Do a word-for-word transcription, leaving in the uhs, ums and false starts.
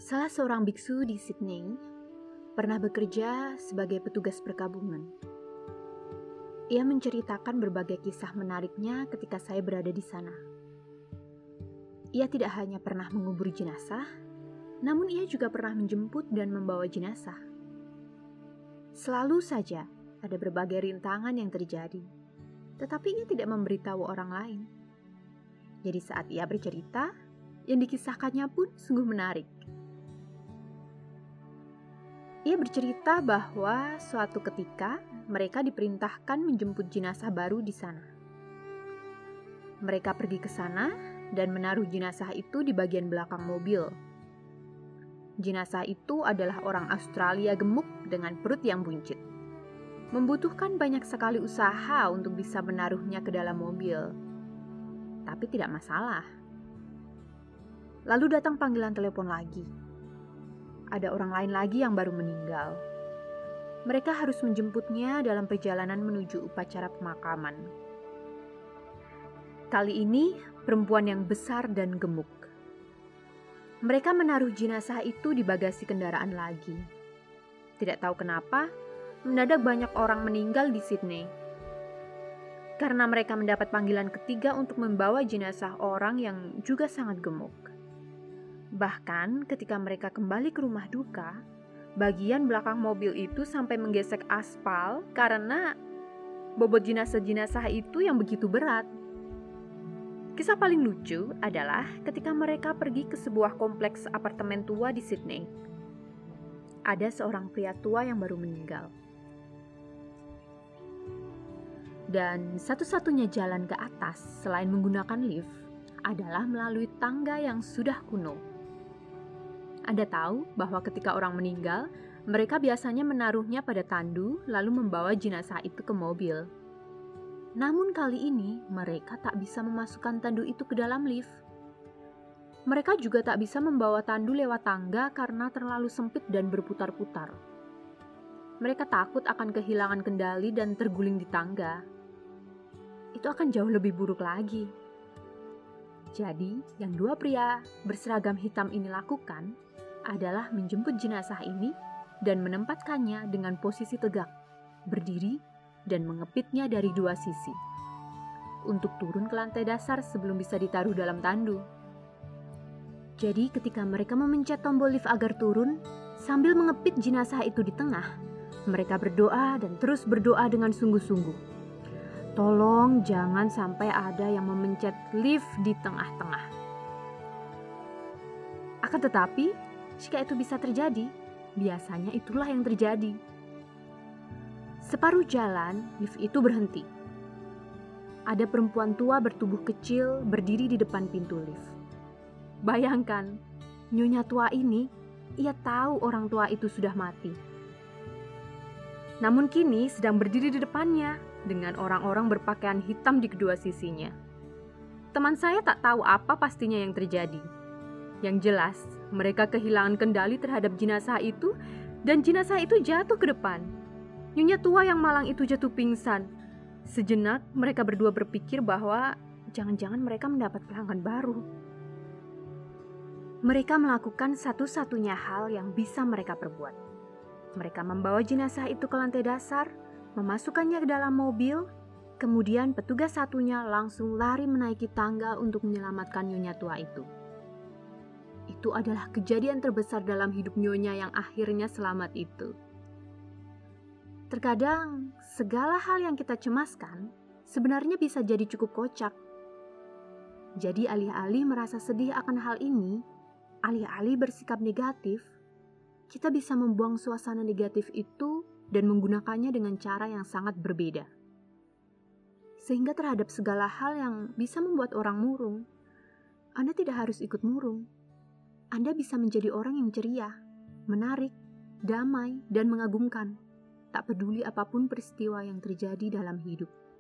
Salah seorang biksu di Sydney pernah bekerja sebagai petugas perkabungan. Ia menceritakan berbagai kisah menariknya ketika saya berada di sana. Ia tidak hanya pernah mengubur jenazah, namun ia juga pernah menjemput dan membawa jenazah. Selalu saja ada berbagai rintangan yang terjadi, tetapi ia tidak memberitahu orang lain. Jadi saat ia bercerita, yang dikisahkannya pun sungguh menarik. Ia bercerita bahwa suatu ketika mereka diperintahkan menjemput jenazah baru di sana. Mereka pergi ke sana dan menaruh jenazah itu di bagian belakang mobil. Jenazah itu adalah orang Australia gemuk dengan perut yang buncit. Membutuhkan banyak sekali usaha untuk bisa menaruhnya ke dalam mobil. Tapi tidak masalah. Lalu datang panggilan telepon lagi. Ada orang lain lagi yang baru meninggal. Mereka harus menjemputnya dalam perjalanan menuju upacara pemakaman. Kali ini, perempuan yang besar dan gemuk. Mereka menaruh jenazah itu di bagasi kendaraan lagi. Tidak tahu kenapa, mendadak banyak orang meninggal di Sydney. Karena mereka mendapat panggilan ketiga untuk membawa jenazah orang yang juga sangat gemuk. Bahkan ketika mereka kembali ke rumah duka, bagian belakang mobil itu sampai menggesek aspal karena bobot jenazah-jenazah itu yang begitu berat. Kisah paling lucu adalah ketika mereka pergi ke sebuah kompleks apartemen tua di Sydney. Ada seorang pria tua yang baru meninggal. Dan satu-satunya jalan ke atas selain menggunakan lift adalah melalui tangga yang sudah kuno. Anda tahu bahwa ketika orang meninggal, mereka biasanya menaruhnya pada tandu lalu membawa jenazah itu ke mobil. Namun kali ini mereka tak bisa memasukkan tandu itu ke dalam lift. Mereka juga tak bisa membawa tandu lewat tangga karena terlalu sempit dan berputar-putar. Mereka takut akan kehilangan kendali dan terguling di tangga. Itu akan jauh lebih buruk lagi. Jadi, yang dua pria berseragam hitam ini lakukan adalah menjemput jenazah ini dan menempatkannya dengan posisi tegak, berdiri, dan mengepitnya dari dua sisi untuk turun ke lantai dasar sebelum bisa ditaruh dalam tandu. Jadi ketika mereka memencet tombol lift agar turun, sambil mengepit jenazah itu di tengah, mereka berdoa dan terus berdoa dengan sungguh-sungguh. Tolong jangan sampai ada yang memencet lift di tengah-tengah. Akan tetapi, jika itu bisa terjadi, biasanya itulah yang terjadi. Separuh jalan, lift itu berhenti. Ada perempuan tua bertubuh kecil berdiri di depan pintu lift. Bayangkan, nyonya tua ini, ia tahu orang tua itu sudah mati. Namun kini sedang berdiri di depannya dengan orang-orang berpakaian hitam di kedua sisinya. Teman saya tak tahu apa pastinya yang terjadi. Yang jelas, mereka kehilangan kendali terhadap jenazah itu dan jenazah itu jatuh ke depan. Nyonya tua yang malang itu jatuh pingsan. Sejenak mereka berdua berpikir bahwa jangan-jangan mereka mendapat pelanggan baru. Mereka melakukan satu-satunya hal yang bisa mereka perbuat. Mereka membawa jenazah itu ke lantai dasar, memasukkannya ke dalam mobil, kemudian petugas satunya langsung lari menaiki tangga untuk menyelamatkan nyonya tua itu. Itu adalah kejadian terbesar dalam hidup nyonya yang akhirnya selamat itu. Terkadang, segala hal yang kita cemaskan sebenarnya bisa jadi cukup kocak. Jadi alih-alih merasa sedih akan hal ini, alih-alih bersikap negatif, kita bisa membuang suasana negatif itu dan menggunakannya dengan cara yang sangat berbeda. Sehingga terhadap segala hal yang bisa membuat orang murung, Anda tidak harus ikut murung. Anda bisa menjadi orang yang ceria, menarik, damai, dan mengagumkan, tak peduli apapun peristiwa yang terjadi dalam hidup.